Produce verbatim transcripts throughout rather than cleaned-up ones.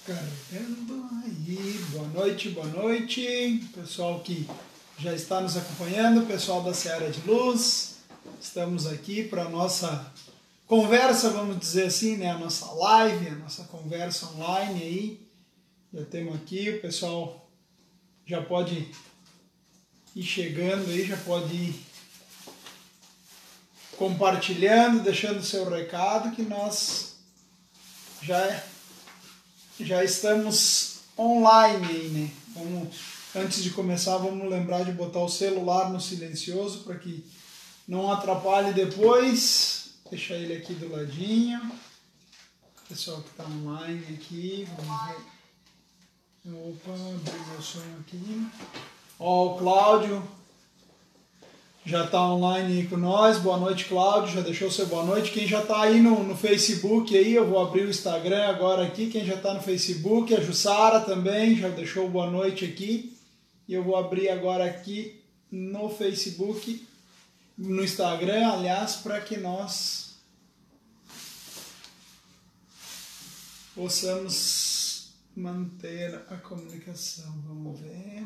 Carregando aí, boa noite, boa noite, pessoal que já está nos acompanhando, pessoal da Seara de Luz, estamos aqui para a nossa conversa, vamos dizer assim, né, a nossa live, a nossa conversa online aí, já temos aqui, o pessoal já pode ir chegando aí, já pode ir compartilhando, deixando seu recado, que nós já já estamos online aí, né? Vamos, antes de começar, vamos lembrar de botar o celular no silencioso para que não atrapalhe depois. Deixar ele aqui do ladinho. Pessoal que está online aqui, vamos ver. Opa, abri meu sonho aqui. Ó, o Cláudio já está online aí com nós. Boa noite, Cláudio. Já deixou seu boa noite. Quem já está aí no, no Facebook aí, eu vou abrir o Instagram agora aqui. Quem já está no Facebook, a Jussara também já deixou boa noite aqui. E eu vou abrir agora aqui no Facebook, no Instagram, aliás, para que nós possamos manter a comunicação. Vamos ver.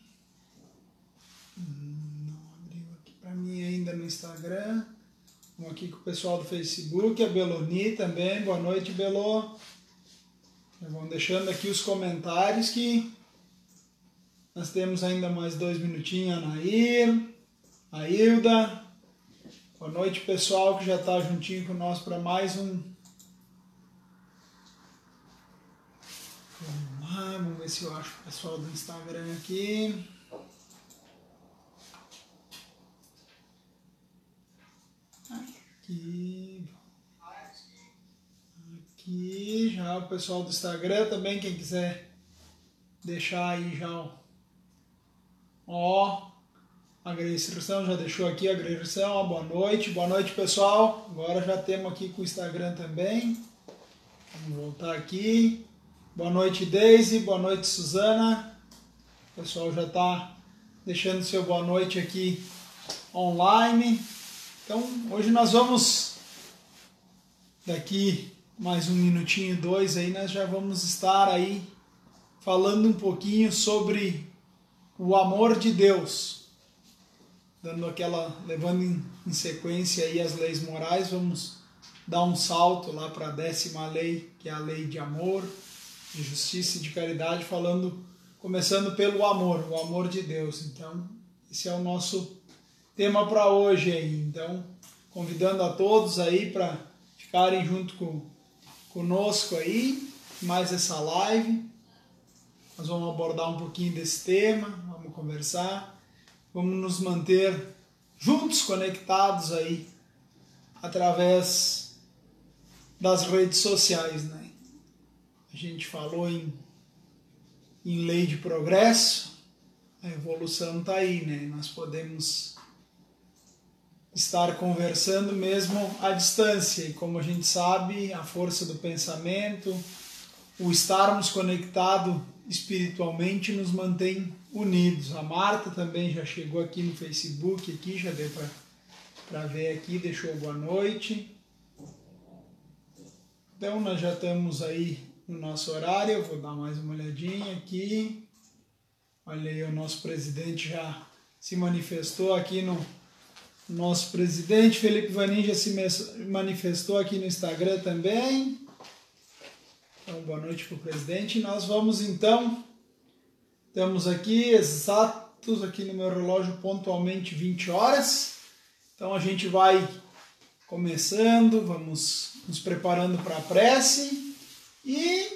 Para mim ainda no Instagram. Vamos aqui com o pessoal do Facebook, a Beloni também. Boa noite, Belo. Vão deixando aqui os comentários que nós temos ainda mais dois minutinhos. A Nair, a Hilda. Boa noite, pessoal que já está juntinho com nós para mais um. Vamos lá, vamos ver se eu acho o pessoal do Instagram aqui. Aqui, aqui já o pessoal do Instagram também, quem quiser deixar aí já o ó, a agradecção já deixou aqui a agradecção, boa noite, boa noite pessoal, agora já temos aqui com o Instagram também, vamos voltar aqui, boa noite Deise, boa noite Suzana, o pessoal já está deixando seu boa noite aqui online. Então, hoje nós vamos, daqui mais um minutinho, dois, aí nós já vamos estar aí falando um pouquinho sobre o amor de Deus, dando aquela, levando em, em sequência aí as leis morais, vamos dar um salto lá para a décima lei, que é a lei de amor, de justiça e de caridade, falando, começando pelo amor, o amor de Deus. Então, esse é o nosso tema para hoje aí, então convidando a todos aí para ficarem junto com, conosco aí, mais essa live, nós vamos abordar um pouquinho desse tema, vamos conversar, vamos nos manter juntos, conectados aí, através das redes sociais, né? A gente falou em, em lei de progresso, a evolução está aí, né? Nós podemos estar conversando mesmo à distância, e como a gente sabe, a força do pensamento, o estarmos conectados espiritualmente nos mantém unidos. A Marta também já chegou aqui no Facebook, aqui já deu para ver aqui, deixou boa noite. Então nós já estamos aí no nosso horário, eu vou dar mais uma olhadinha aqui. Olha aí, o nosso presidente já se manifestou aqui no Nosso presidente Felipe Vanin já se manifestou aqui no Instagram também. Então, boa noite para o presidente. Nós vamos então, estamos aqui exatos aqui no meu relógio, pontualmente vinte horas. Então a gente vai começando, vamos nos preparando para a prece. E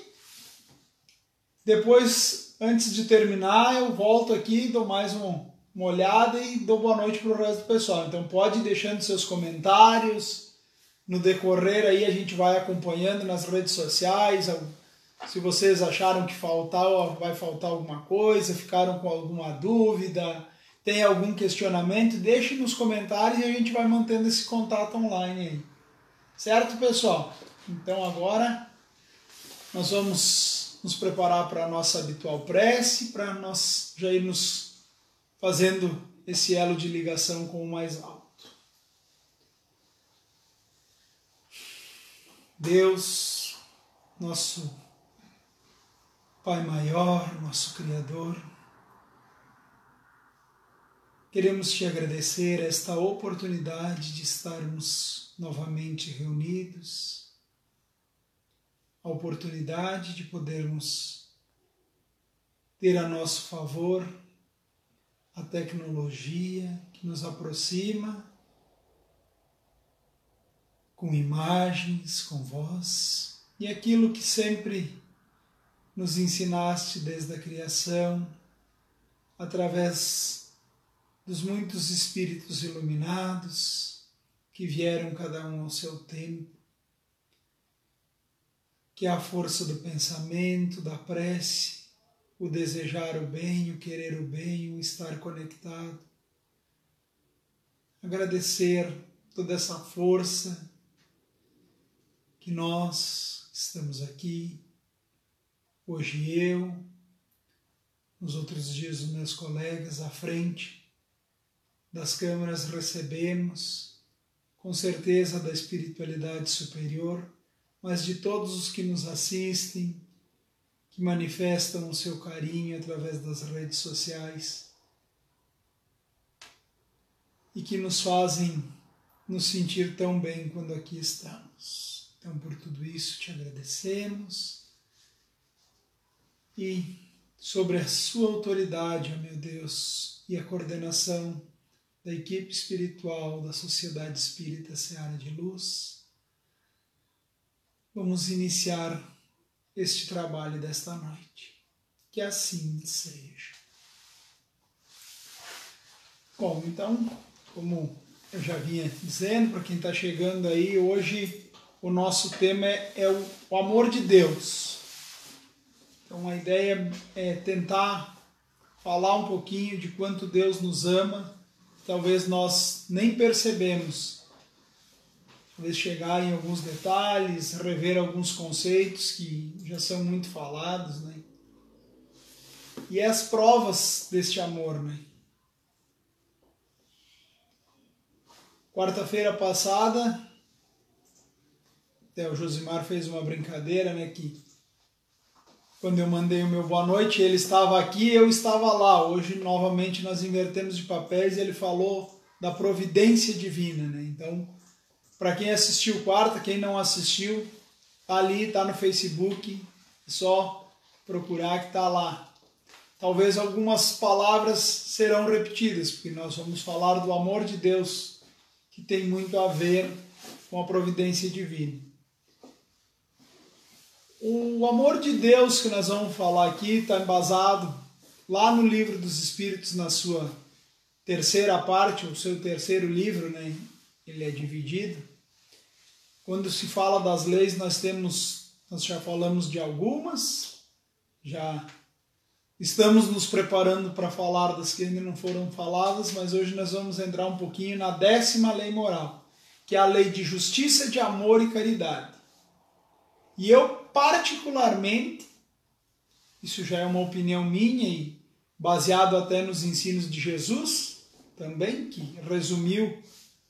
depois, antes de terminar, eu volto aqui e dou mais um... uma olhada e dou boa noite para o resto do pessoal. Então pode ir deixando seus comentários, no decorrer aí a gente vai acompanhando nas redes sociais, se vocês acharam que faltar, vai faltar alguma coisa, ficaram com alguma dúvida, tem algum questionamento, deixe nos comentários e a gente vai mantendo esse contato online aí. Certo, pessoal? Então agora nós vamos nos preparar para a nossa habitual prece, para nós já irmos fazendo esse elo de ligação com o mais alto. Deus, nosso Pai maior, nosso Criador, queremos te agradecer esta oportunidade de estarmos novamente reunidos, a oportunidade de podermos ter a nosso favor a tecnologia que nos aproxima com imagens, com voz, e aquilo que sempre nos ensinaste desde a criação, através dos muitos espíritos iluminados que vieram cada um ao seu tempo, que é a força do pensamento, da prece, o desejar o bem, o querer o bem, o estar conectado. Agradecer toda essa força que nós estamos aqui, hoje eu, nos outros dias os meus colegas à frente das câmaras recebemos, com certeza da espiritualidade superior, mas de todos os que nos assistem, que manifestam o seu carinho através das redes sociais e que nos fazem nos sentir tão bem quando aqui estamos. Então, por tudo isso, te agradecemos e sobre a sua autoridade, ó meu Deus, e a coordenação da equipe espiritual da Sociedade Espírita Seara de Luz, vamos iniciar este trabalho desta noite. Que assim seja. Bom, então, como eu já vinha dizendo, para quem está chegando aí, hoje o nosso tema é, é o, o amor de Deus. Então a ideia é tentar falar um pouquinho de quanto Deus nos ama. Talvez nós nem percebemos. Talvez chegar em alguns detalhes, rever alguns conceitos que já são muito falados, né? E as provas deste amor, né? Quarta-feira passada, até o Josimar fez uma brincadeira, né? Que quando eu mandei o meu boa noite, ele estava aqui, eu estava lá. Hoje, novamente, nós invertemos de papéis e ele falou da providência divina, né? Então, para quem assistiu quarta, quem não assistiu, tá ali, tá no Facebook, é só procurar que tá lá. Talvez algumas palavras serão repetidas, porque nós vamos falar do amor de Deus, que tem muito a ver com a providência divina. O amor de Deus que nós vamos falar aqui está embasado lá no Livro dos Espíritos, na sua terceira parte, o seu terceiro livro, né? Ele é dividido. Quando se fala das leis, nós temos, nós já falamos de algumas, já estamos nos preparando para falar das que ainda não foram faladas, mas hoje nós vamos entrar um pouquinho na décima lei moral, que é a lei de justiça, de amor e caridade. E eu, particularmente, isso já é uma opinião minha e baseado até nos ensinos de Jesus, também, que resumiu,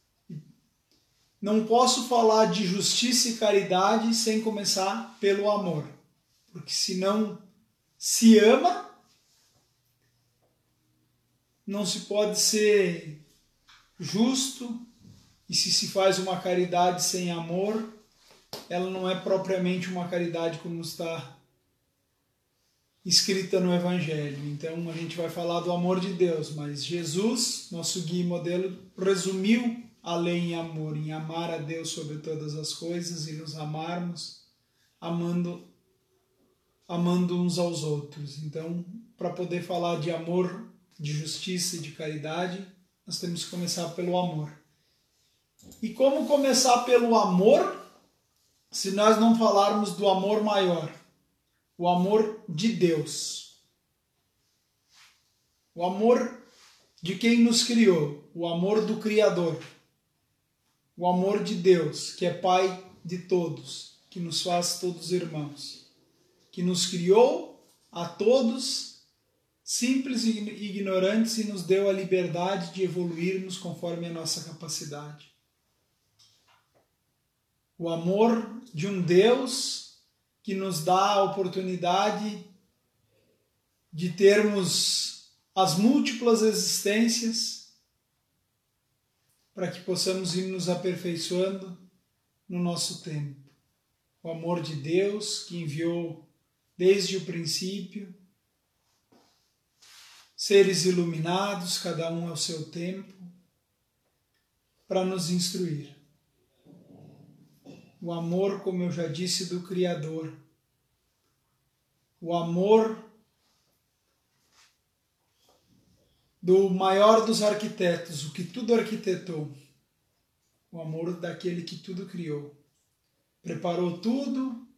não posso falar de justiça e caridade sem começar pelo amor, porque se não se ama, não se pode ser justo, e se se faz uma caridade sem amor, ela não é propriamente uma caridade como está escrita no Evangelho. Então a gente vai falar do amor de Deus, mas Jesus, nosso guia e modelo, resumiu a lei em amor, em amar a Deus sobre todas as coisas e nos amarmos, amando, amando uns aos outros. Então, para poder falar de amor, de justiça e de caridade, nós temos que começar pelo amor. E como começar pelo amor, se nós não falarmos do amor maior, o amor de Deus, o amor de quem nos criou, o amor do Criador, o amor de Deus, que é Pai de todos, que nos faz todos irmãos, que nos criou a todos, simples e ignorantes, e nos deu a liberdade de evoluirmos conforme a nossa capacidade. O amor de um Deus que nos dá a oportunidade de termos as múltiplas existências, para que possamos ir nos aperfeiçoando no nosso tempo. O amor de Deus que enviou desde o princípio seres iluminados, cada um ao seu tempo, para nos instruir. O amor, como eu já disse, do Criador. O amor do maior dos arquitetos, o que tudo arquitetou. O amor daquele que tudo criou. Preparou tudo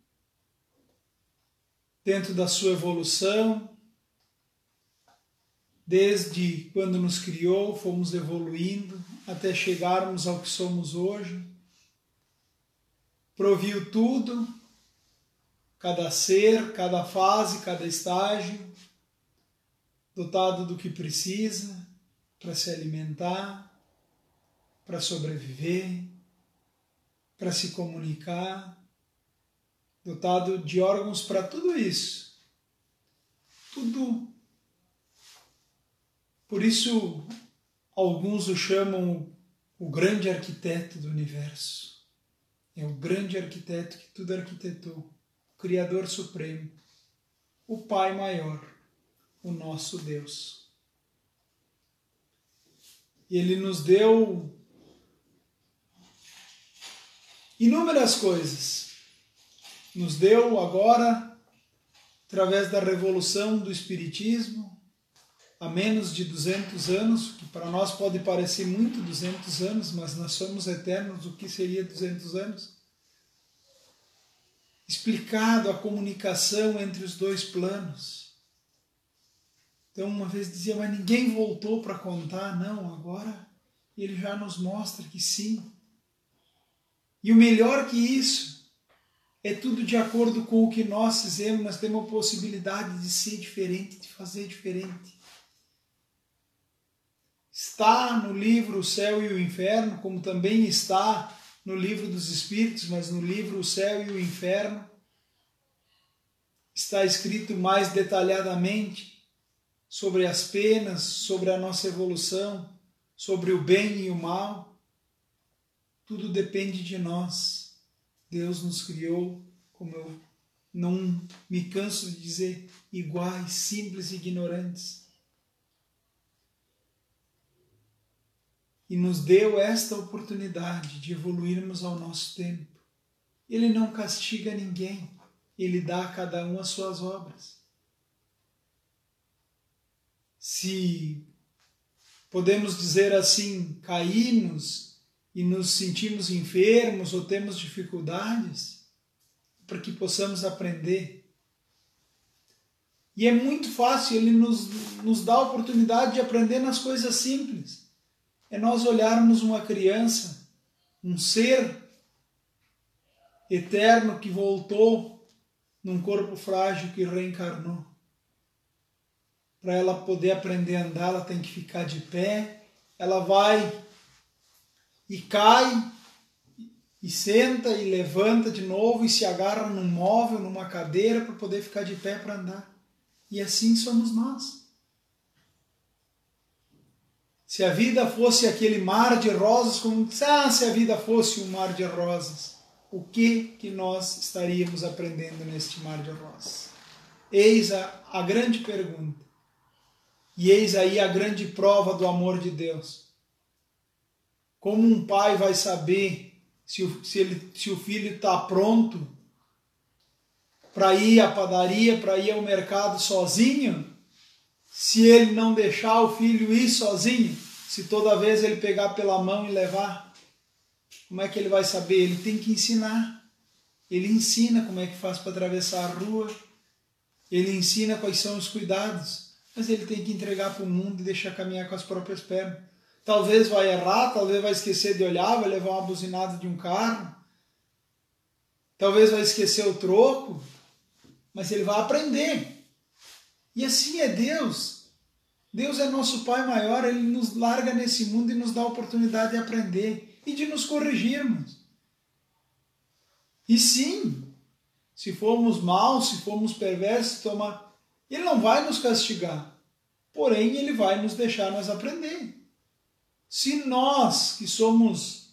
dentro da sua evolução. Desde quando nos criou, fomos evoluindo até chegarmos ao que somos hoje. Proviu tudo, cada ser, cada fase, cada estágio, dotado do que precisa para se alimentar, para sobreviver, para se comunicar, dotado de órgãos para tudo isso. Tudo. Por isso, alguns o chamam o grande arquiteto do universo. É o grande arquiteto que tudo arquitetou, o Criador Supremo, o Pai Maior, o nosso Deus. E Ele nos deu inúmeras coisas. Nos deu agora, através da revolução do Espiritismo, há menos de duzentos anos, que para nós pode parecer muito duzentos anos, mas nós somos eternos, o que seria duzentos anos? Explicado a comunicação entre os dois planos. Então uma vez dizia, mas ninguém voltou para contar. Não, agora ele já nos mostra que sim. E o melhor que isso, é tudo de acordo com o que nós fizemos, nós temos a possibilidade de ser diferente, de fazer diferente. Está no livro O Céu e o Inferno, como também está no livro dos Espíritos, mas no livro O Céu e o Inferno está escrito mais detalhadamente sobre as penas, sobre a nossa evolução, sobre o bem e o mal. Tudo depende de nós. Deus nos criou, como eu não me canso de dizer, iguais, simples e ignorantes. E nos deu esta oportunidade de evoluirmos ao nosso tempo. Ele não castiga ninguém, Ele dá a cada um as suas obras. Se podemos dizer assim, caímos e nos sentimos enfermos ou temos dificuldades, para que possamos aprender. E é muito fácil, Ele nos, nos dá a oportunidade de aprender nas coisas simples. É nós olharmos uma criança, um ser eterno que voltou num corpo frágil que reencarnou. Para ela poder aprender a andar, ela tem que ficar de pé. Ela vai e cai, e senta e levanta de novo e se agarra num móvel, numa cadeira para poder ficar de pé para andar. E assim somos nós. Se a vida fosse aquele mar de rosas, como ah, se a vida fosse um mar de rosas, o que que nós estaríamos aprendendo neste mar de rosas? Eis a, a grande pergunta. E eis aí a grande prova do amor de Deus. Como um pai vai saber se o, se ele, se o filho está pronto para ir à padaria, para ir ao mercado sozinho, se ele não deixar o filho ir sozinho, se toda vez ele pegar pela mão e levar, como é que ele vai saber? Ele tem que ensinar. Ele ensina como é que faz para atravessar a rua, ele ensina quais são os cuidados, mas ele tem que entregar para o mundo e deixar caminhar com as próprias pernas. Talvez vai errar, talvez vai esquecer de olhar, vai levar uma buzinada de um carro, talvez vai esquecer o troco, mas ele vai aprender. E assim é Deus. Deus é nosso Pai maior, Ele nos larga nesse mundo e nos dá a oportunidade de aprender e de nos corrigirmos. E sim, se formos maus, se formos perversos, toma, Ele não vai nos castigar, porém ele vai nos deixar nós aprender. Se nós, que somos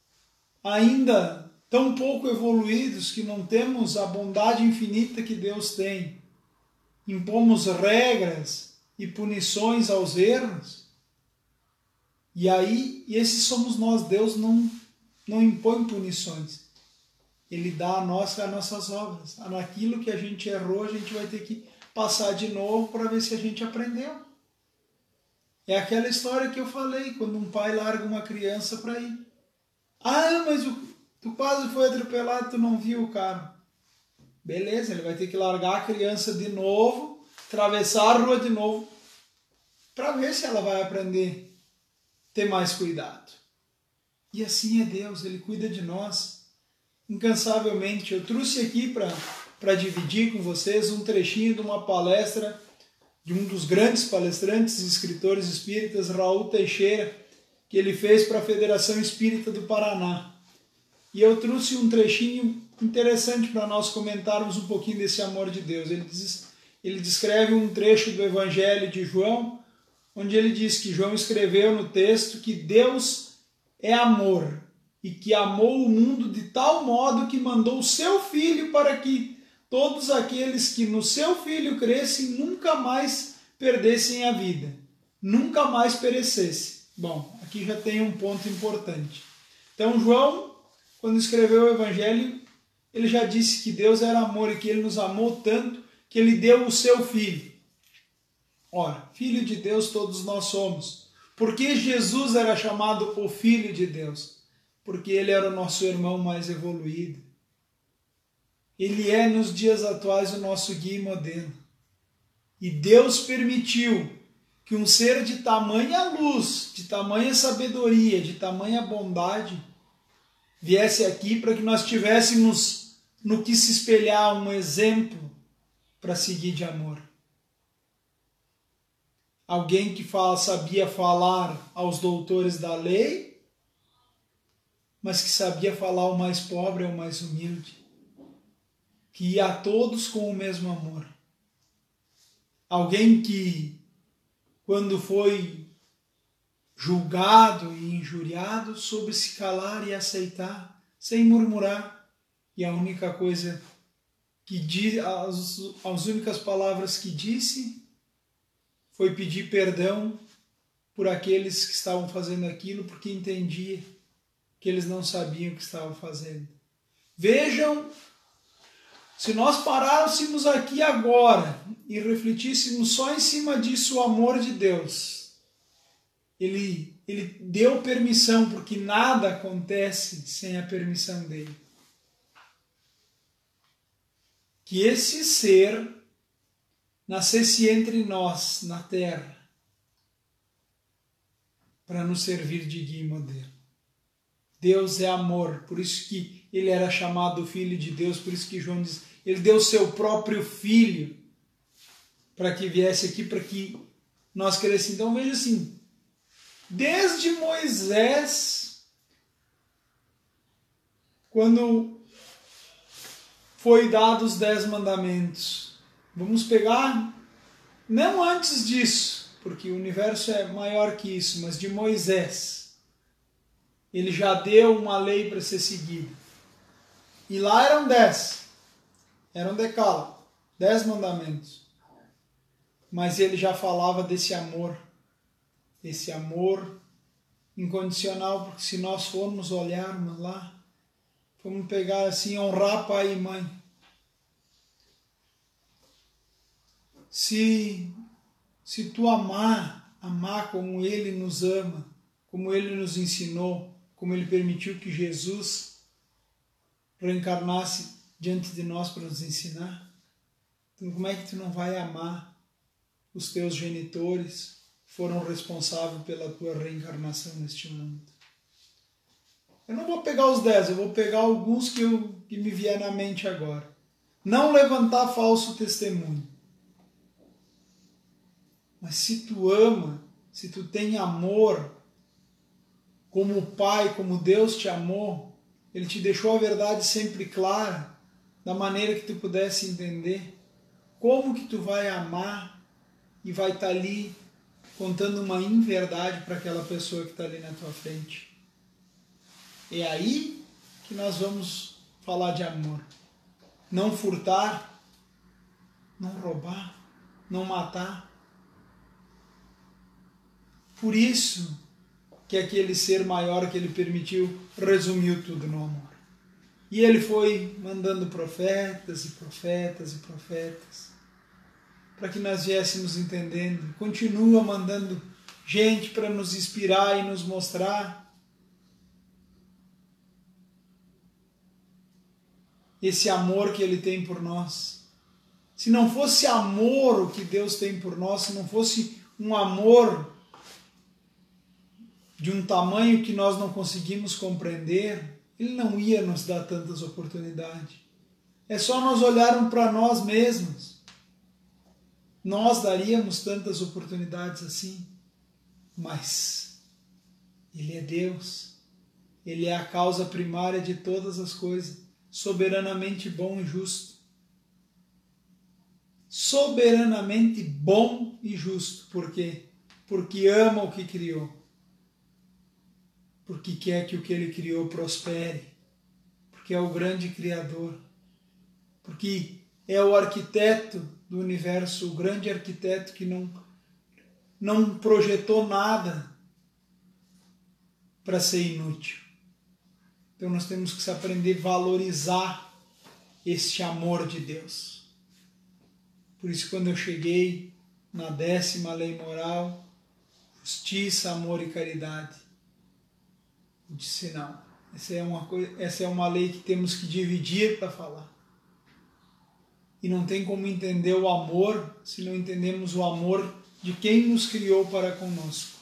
ainda tão pouco evoluídos, que não temos a bondade infinita que Deus tem, impomos regras e punições aos erros, e aí, e esses somos nós, Deus não, não impõe punições. Ele dá a nós as nossas obras. Naquilo que a gente errou, a gente vai ter que passar de novo para ver se a gente aprendeu. É aquela história que eu falei, quando um pai larga uma criança para ir. Ah, mas tu quase foi atropelado, tu não viu o carro. Beleza, ele vai ter que largar a criança de novo, atravessar a rua de novo, para ver se ela vai aprender a ter mais cuidado. E assim é Deus, Ele cuida de nós incansavelmente. Eu trouxe aqui para dividir com vocês um trechinho de uma palestra de um dos grandes palestrantes e escritores espíritas, Raul Teixeira, que ele fez para a Federação Espírita do Paraná. E eu trouxe um trechinho interessante para nós comentarmos um pouquinho desse amor de Deus. Ele, diz, ele descreve um trecho do Evangelho de João, onde ele diz que João escreveu no texto que Deus é amor e que amou o mundo de tal modo que mandou o seu Filho para que todos aqueles que no seu Filho crescem nunca mais perdessem a vida, nunca mais perecessem. Bom, aqui já tem um ponto importante. Então João, quando escreveu o Evangelho, ele já disse que Deus era amor e que Ele nos amou tanto que Ele deu o seu Filho. Ora, Filho de Deus todos nós somos. Por que Jesus era chamado o Filho de Deus? Porque Ele era o nosso irmão mais evoluído. Ele é, nos dias atuais, o nosso guia e modelo. E Deus permitiu que um ser de tamanha luz, de tamanha sabedoria, de tamanha bondade, viesse aqui para que nós tivéssemos no que se espelhar, um exemplo para seguir de amor. Alguém que fala, sabia falar aos doutores da lei, mas que sabia falar ao mais pobre, ao mais humilde, que ia a todos com o mesmo amor. Alguém que, quando foi julgado e injuriado, soube se calar e aceitar, sem murmurar. E a única coisa que disse, as, as únicas palavras que disse foi pedir perdão por aqueles que estavam fazendo aquilo, porque entendia que eles não sabiam o que estavam fazendo. Vejam, se nós parássemos aqui agora e refletíssemos só em cima disso, o amor de Deus, Ele, ele deu permissão, porque nada acontece sem a permissão dele. Que esse ser nascesse entre nós, na terra, para nos servir de guia e modelo. Deus é amor, por isso que ele era chamado Filho de Deus, por isso que João diz, ele deu seu próprio Filho para que viesse aqui, para que nós crescêssemos. Então veja assim, desde Moisés, quando foi dado os dez mandamentos, vamos pegar, não antes disso, porque o universo é maior que isso, mas de Moisés, ele já deu uma lei para ser seguida. E lá eram dez, eram decálogo, dez mandamentos. Mas ele já falava desse amor, esse amor incondicional, porque se nós formos olharmos lá, vamos pegar assim, honrar pai e mãe. Se, se tu amar, amar como ele nos ama, como ele nos ensinou, como ele permitiu que Jesus reencarnasse diante de nós para nos ensinar, então como é que tu não vai amar os teus genitores que foram responsáveis pela tua reencarnação neste mundo? Eu não vou pegar os dez, eu vou pegar alguns que, eu, que me vier na mente agora. Não levantar falso testemunho. Mas se tu ama, se tu tem amor, como o Pai, como Deus te amou, Ele te deixou a verdade sempre clara, da maneira que tu pudesse entender. como que tu vai amar e vai estar ali contando uma inverdade para aquela pessoa que está ali na tua frente? É aí que nós vamos falar de amor. Não furtar, não roubar, não matar. Por isso que aquele ser maior que ele permitiu resumiu tudo no amor. E ele foi mandando profetas e profetas e profetas para que nós viéssemos entendendo. Continua mandando gente para nos inspirar e nos mostrar esse amor que ele tem por nós. Se não fosse amor o que Deus tem por nós, se não fosse um amor de um tamanho que nós não conseguimos compreender, ele não ia nos dar tantas oportunidades. É só nós olharmos para nós mesmos. Nós daríamos tantas oportunidades assim, mas ele é Deus. Ele é a causa primária de todas as coisas, soberanamente bom e justo. Soberanamente bom e justo. Por quê? Porque ama o que criou. Porque quer que o que ele criou prospere. Porque é o grande Criador. Porque é o arquiteto do universo, o grande arquiteto que não, não projetou nada para ser inútil. Então nós temos que aprender a valorizar este amor de Deus. Por isso, quando eu cheguei na décima lei moral, justiça, amor e caridade, eu disse não, essa é uma, coisa, essa é uma lei que temos que dividir para falar. E não tem como entender o amor se não entendemos o amor de quem nos criou para conosco.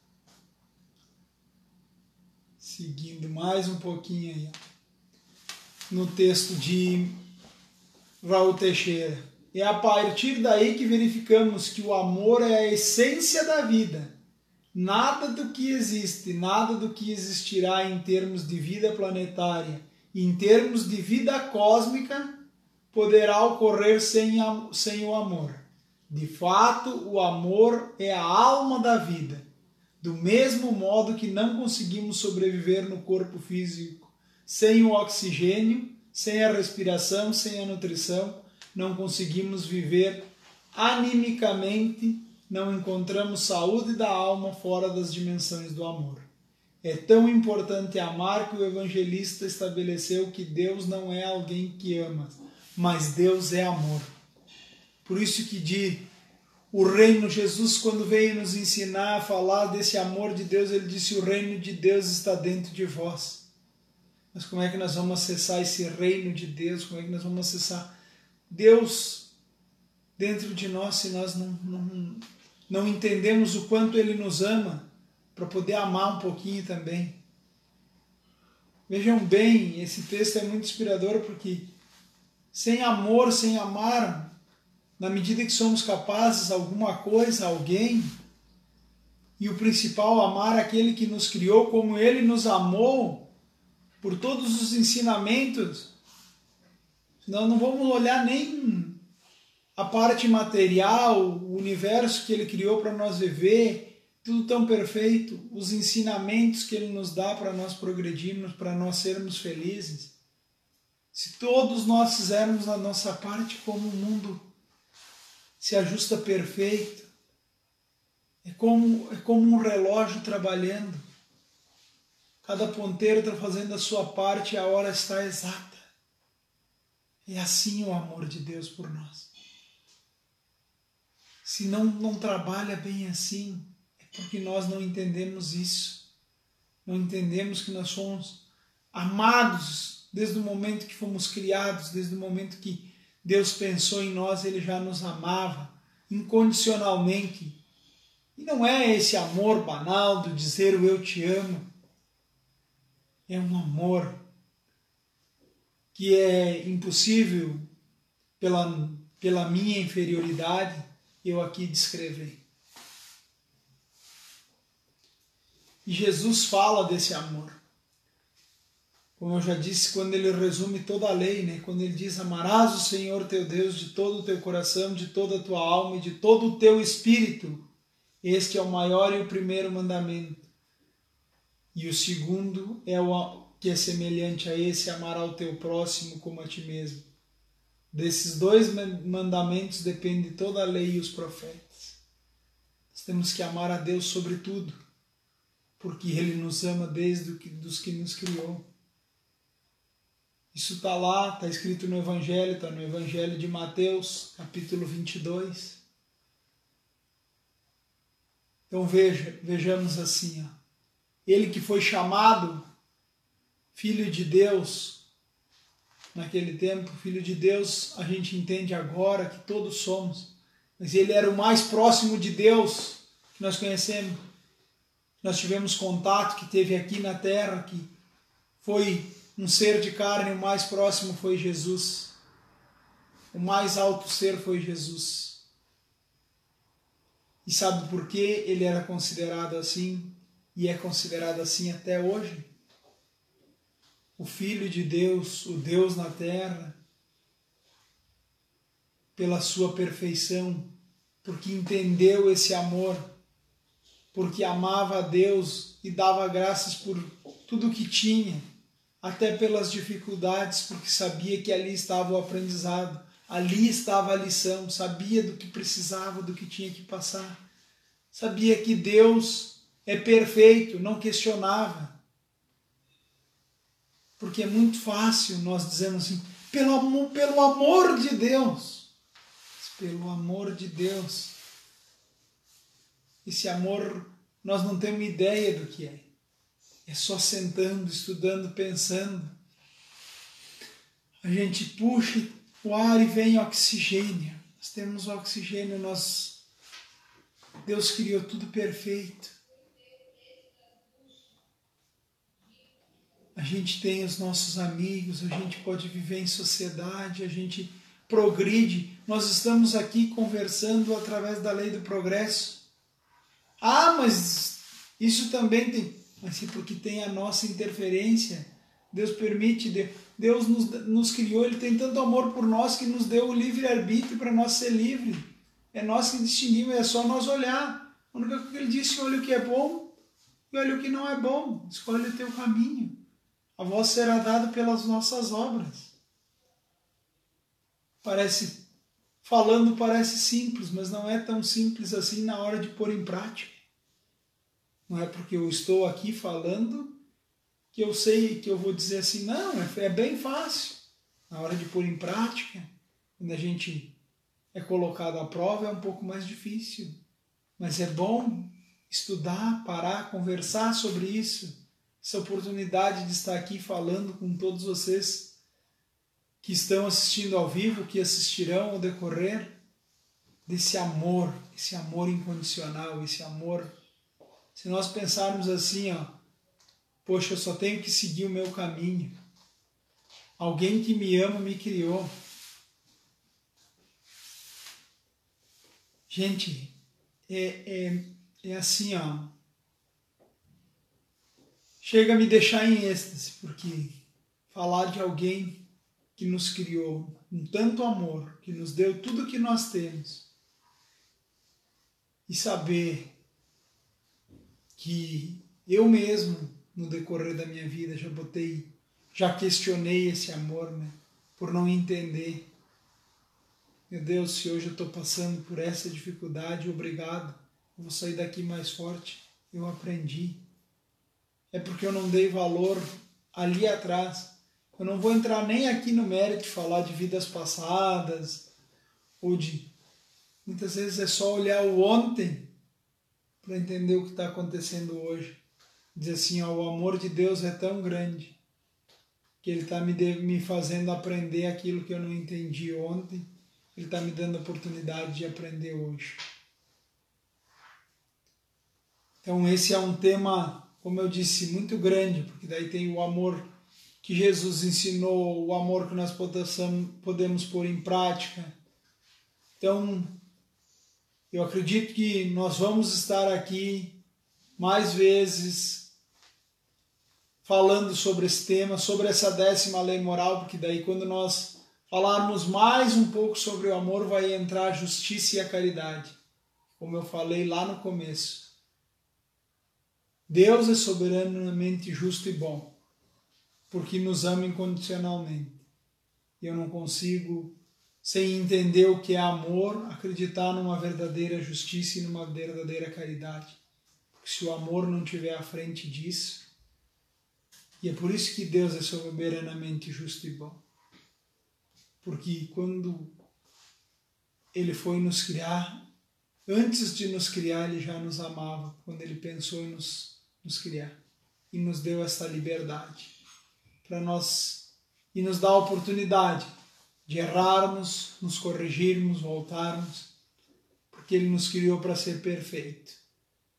Seguindo mais um pouquinho aí, no texto de Raul Teixeira. É a partir daí que verificamos que o amor é a essência da vida. Nada do que existe, nada do que existirá em termos de vida planetária e em termos de vida cósmica poderá ocorrer sem, a, sem o amor. De fato, o amor é a alma da vida. Do mesmo modo que não conseguimos sobreviver no corpo físico sem o oxigênio, sem a respiração, sem a nutrição, não conseguimos viver animicamente, não encontramos saúde da alma fora das dimensões do amor. É tão importante amar que o evangelista estabeleceu que Deus não é alguém que ama, mas Deus é amor. Por isso que de o reino, Jesus, quando veio nos ensinar a falar desse amor de Deus, ele disse: o reino de Deus está dentro de vós. Mas como é que nós vamos acessar esse reino de Deus? Como é que nós vamos acessar Deus dentro de nós se nós não, não, não entendemos o quanto Ele nos ama para poder amar um pouquinho também? Vejam bem, esse texto é muito inspirador porque sem amor, sem amar, na medida que somos capazes de alguma coisa, alguém, e o principal, amar aquele que nos criou como Ele nos amou, por todos os ensinamentos, nós não vamos olhar nem a parte material, o universo que Ele criou para nós viver, tudo tão perfeito, os ensinamentos que Ele nos dá para nós progredirmos, para nós sermos felizes. Se todos nós fizermos a nossa parte, como o mundo se ajusta perfeito, é como, é como um relógio trabalhando. Cada ponteiro está fazendo a sua parte e a hora está exata. É assim o amor de Deus por nós. Se não, não trabalha bem assim, é porque nós não entendemos isso. Não entendemos que nós somos amados desde o momento que fomos criados, desde o momento que Deus pensou em nós, Ele já nos amava incondicionalmente. E não é esse amor banal de dizer o eu te amo. É um amor que é impossível, pela, pela minha inferioridade, eu aqui descrever. E Jesus fala desse amor. Como eu já disse, quando ele resume toda a lei, né? Quando ele diz: amarás o Senhor teu Deus de todo o teu coração, de toda a tua alma e de todo o teu espírito. Este é o maior e o primeiro mandamento. E o segundo é o que é semelhante a esse: amará o teu próximo como a ti mesmo. Desses dois mandamentos depende toda a lei e os profetas. Nós temos que amar a Deus sobre tudo, porque Ele nos ama desde os que nos criou. Isso está lá, está escrito no Evangelho, está no Evangelho de Mateus, capítulo vinte e dois. Então veja, vejamos assim, ó. Ele que foi chamado Filho de Deus, naquele tempo, Filho de Deus, a gente entende agora que todos somos, mas ele era o mais próximo de Deus que nós conhecemos. Nós tivemos contato, que teve aqui na terra, que foi um ser de carne, o mais próximo foi Jesus. O mais alto ser foi Jesus. E sabe por que ele era considerado assim? E é considerado assim até hoje? O Filho de Deus, o Deus na terra, pela sua perfeição, porque entendeu esse amor, porque amava a Deus e dava graças por tudo que tinha, até pelas dificuldades, porque sabia que ali estava o aprendizado, ali estava a lição, sabia do que precisava, do que tinha que passar. Sabia que Deus é perfeito, não questionava. Porque é muito fácil nós dizermos assim: pelo amor, pelo amor de Deus, pelo amor de Deus. Esse amor nós não temos ideia do que é. É só sentando, estudando, pensando. A gente puxa o ar e vem oxigênio. Nós temos oxigênio, nós... Deus criou tudo perfeito. A gente tem os nossos amigos, a gente pode viver em sociedade, a gente progride. Nós estamos aqui conversando através da lei do progresso. Ah, mas isso também tem... Mas é porque tem a nossa interferência. Deus permite, Deus nos, nos criou, Ele tem tanto amor por nós que nos deu o livre-arbítrio para nós ser livre. É nós que distinguimos, é só nós olhar. A única coisa que Ele disse: olha o que é bom e olha o que não é bom. Escolhe o teu caminho. A voz será dada pelas nossas obras. Parece, falando parece simples, mas não é tão simples assim na hora de pôr em prática. Não é porque eu estou aqui falando que eu sei, que eu vou dizer assim, não, é, é bem fácil. Na hora de pôr em prática, quando a gente é colocado à prova, é um pouco mais difícil. Mas é bom estudar, parar, conversar sobre isso. Essa oportunidade de estar aqui falando com todos vocês que estão assistindo ao vivo, que assistirão ao decorrer desse amor, esse amor incondicional, esse amor. Se nós pensarmos assim, ó, poxa, eu só tenho que seguir o meu caminho. Alguém que me ama me criou. Gente, é, é, é assim, ó. Chega a me deixar em êxtase, porque falar de alguém que nos criou com tanto amor, que nos deu tudo o que nós temos, e saber que eu mesmo, no decorrer da minha vida, já botei, já questionei esse amor, né, por não entender. Meu Deus, se hoje eu estou passando por essa dificuldade, obrigado, eu vou sair daqui mais forte, eu aprendi. É porque eu não dei valor ali atrás. Eu não vou entrar nem aqui no mérito de falar de vidas passadas, ou de... Muitas vezes é só olhar o ontem para entender o que está acontecendo hoje. Dizer assim, ó, o amor de Deus é tão grande que Ele está me, me fazendo aprender aquilo que eu não entendi ontem. Ele está me dando a oportunidade de aprender hoje. Então esse é um tema, como eu disse, muito grande, porque daí tem o amor que Jesus ensinou, o amor que nós possamos, podemos pôr em prática. Então, eu acredito que nós vamos estar aqui mais vezes falando sobre esse tema, sobre essa décima lei moral, porque daí quando nós falarmos mais um pouco sobre o amor, vai entrar a justiça e a caridade. Como eu falei lá no começo. Deus é soberanamente justo e bom, porque nos ama incondicionalmente. E eu não consigo, sem entender o que é amor, acreditar numa verdadeira justiça e numa verdadeira caridade. Porque se o amor não estiver à frente disso, e é por isso que Deus é soberanamente justo e bom. Porque quando Ele foi nos criar, antes de nos criar, Ele já nos amava, quando Ele pensou em nos, nos criar. E nos deu essa liberdade para nós, e nos dá a oportunidade de errarmos, nos corrigirmos, voltarmos, porque Ele nos criou para ser perfeito.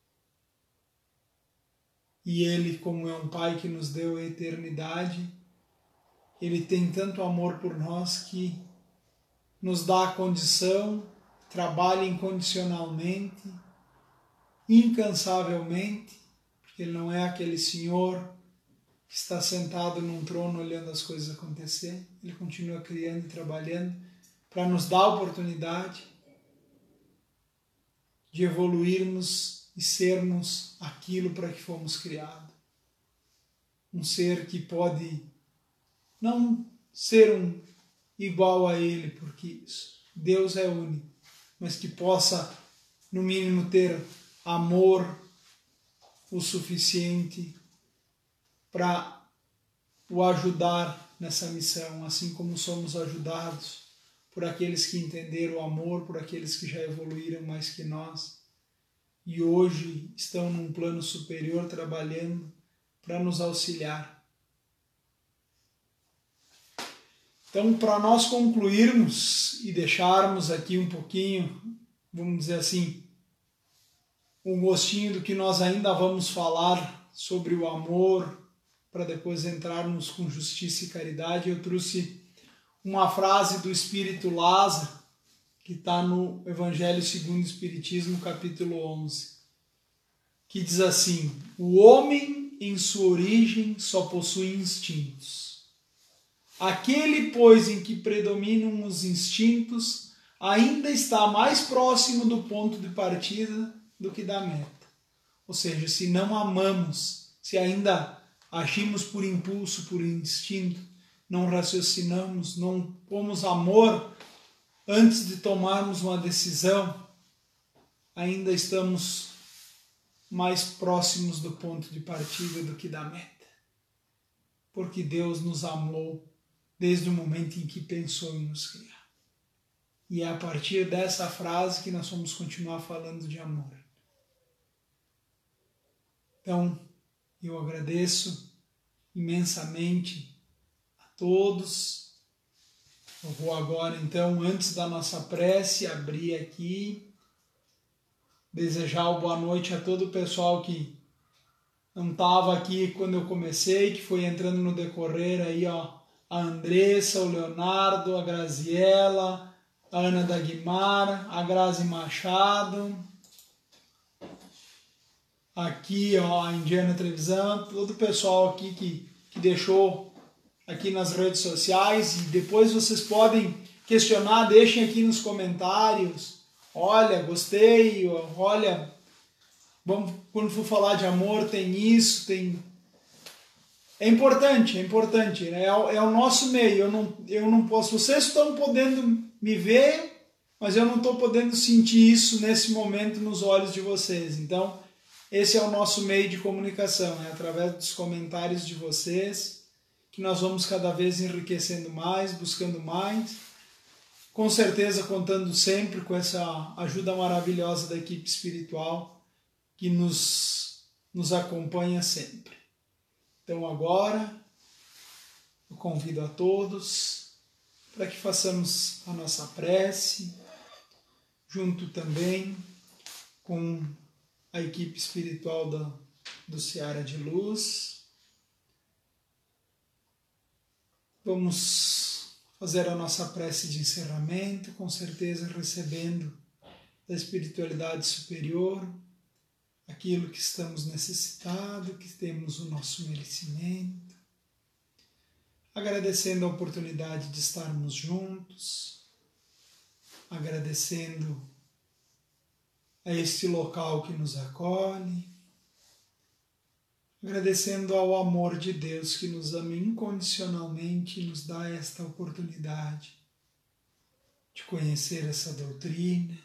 E Ele, como é um Pai que nos deu a eternidade, Ele tem tanto amor por nós que nos dá a condição, trabalha incondicionalmente, incansavelmente, porque Ele não é aquele Senhor que está sentado num trono olhando as coisas acontecer. Ele continua criando e trabalhando para nos dar a oportunidade de evoluirmos e sermos aquilo para que fomos criados. Um ser que pode não ser um igual a Ele, porque Deus é único, mas que possa, no mínimo, ter amor o suficiente para o ajudar nessa missão, assim como somos ajudados por aqueles que entenderam o amor, por aqueles que já evoluíram mais que nós e hoje estão num plano superior trabalhando para nos auxiliar. Então, para nós concluirmos e deixarmos aqui um pouquinho, vamos dizer assim, um gostinho do que nós ainda vamos falar sobre o amor, para depois entrarmos com justiça e caridade, eu trouxe uma frase do Espírito Lázaro, que está no Evangelho segundo o Espiritismo, capítulo onze, que diz assim: o homem, em sua origem, só possui instintos. Aquele, pois, em que predominam os instintos, ainda está mais próximo do ponto de partida do que da meta. Ou seja, se não amamos, se ainda agimos por impulso, por instinto, não raciocinamos, não pomos amor antes de tomarmos uma decisão, ainda estamos mais próximos do ponto de partida do que da meta. Porque Deus nos amou desde o momento em que pensou em nos criar. E é a partir dessa frase que nós vamos continuar falando de amor. Então, eu agradeço imensamente a todos. Eu vou agora, então, antes da nossa prece, abrir aqui, desejar uma boa noite a todo o pessoal que não estava aqui quando eu comecei, que foi entrando no decorrer aí, ó, a Andressa, o Leonardo, a Graziella, a Ana da Guimar, a Grazi Machado, aqui, ó, a Indiana Trevisan, todo o pessoal aqui que, que deixou aqui nas redes sociais, e depois vocês podem questionar, deixem aqui nos comentários, olha, gostei, olha, vamos, quando for falar de amor tem isso, tem... É importante, é importante, né? é, é o nosso meio, eu não, eu não posso, vocês estão podendo me ver, mas eu não estou podendo sentir isso nesse momento nos olhos de vocês, então esse é o nosso meio de comunicação, é através dos comentários de vocês, que nós vamos cada vez enriquecendo mais, buscando mais, com certeza contando sempre com essa ajuda maravilhosa da equipe espiritual que nos, nos acompanha sempre. Então agora eu convido a todos para que façamos a nossa prece, junto também com a equipe espiritual da, do Seara de Luz. Vamos fazer a nossa prece de encerramento, com certeza recebendo da espiritualidade superior aquilo que estamos necessitados, que temos o nosso merecimento, agradecendo a oportunidade de estarmos juntos, agradecendo a este local que nos acolhe, agradecendo ao amor de Deus que nos ama incondicionalmente e nos dá esta oportunidade de conhecer essa doutrina,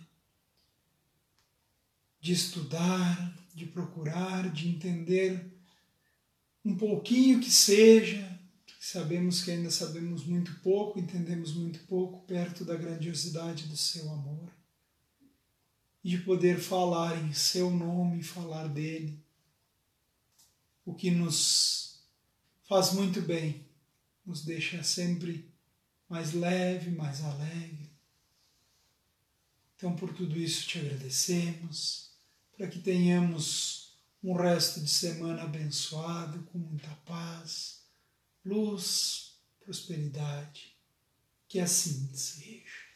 de estudar, de procurar, de entender um pouquinho que seja, sabemos que ainda sabemos muito pouco, entendemos muito pouco, perto da grandiosidade do seu amor, e de poder falar em seu nome, falar dele, o que nos faz muito bem, nos deixa sempre mais leve, mais alegre. Então, por tudo isso, te agradecemos, para que tenhamos um resto de semana abençoado, com muita paz, luz, prosperidade. Que assim seja.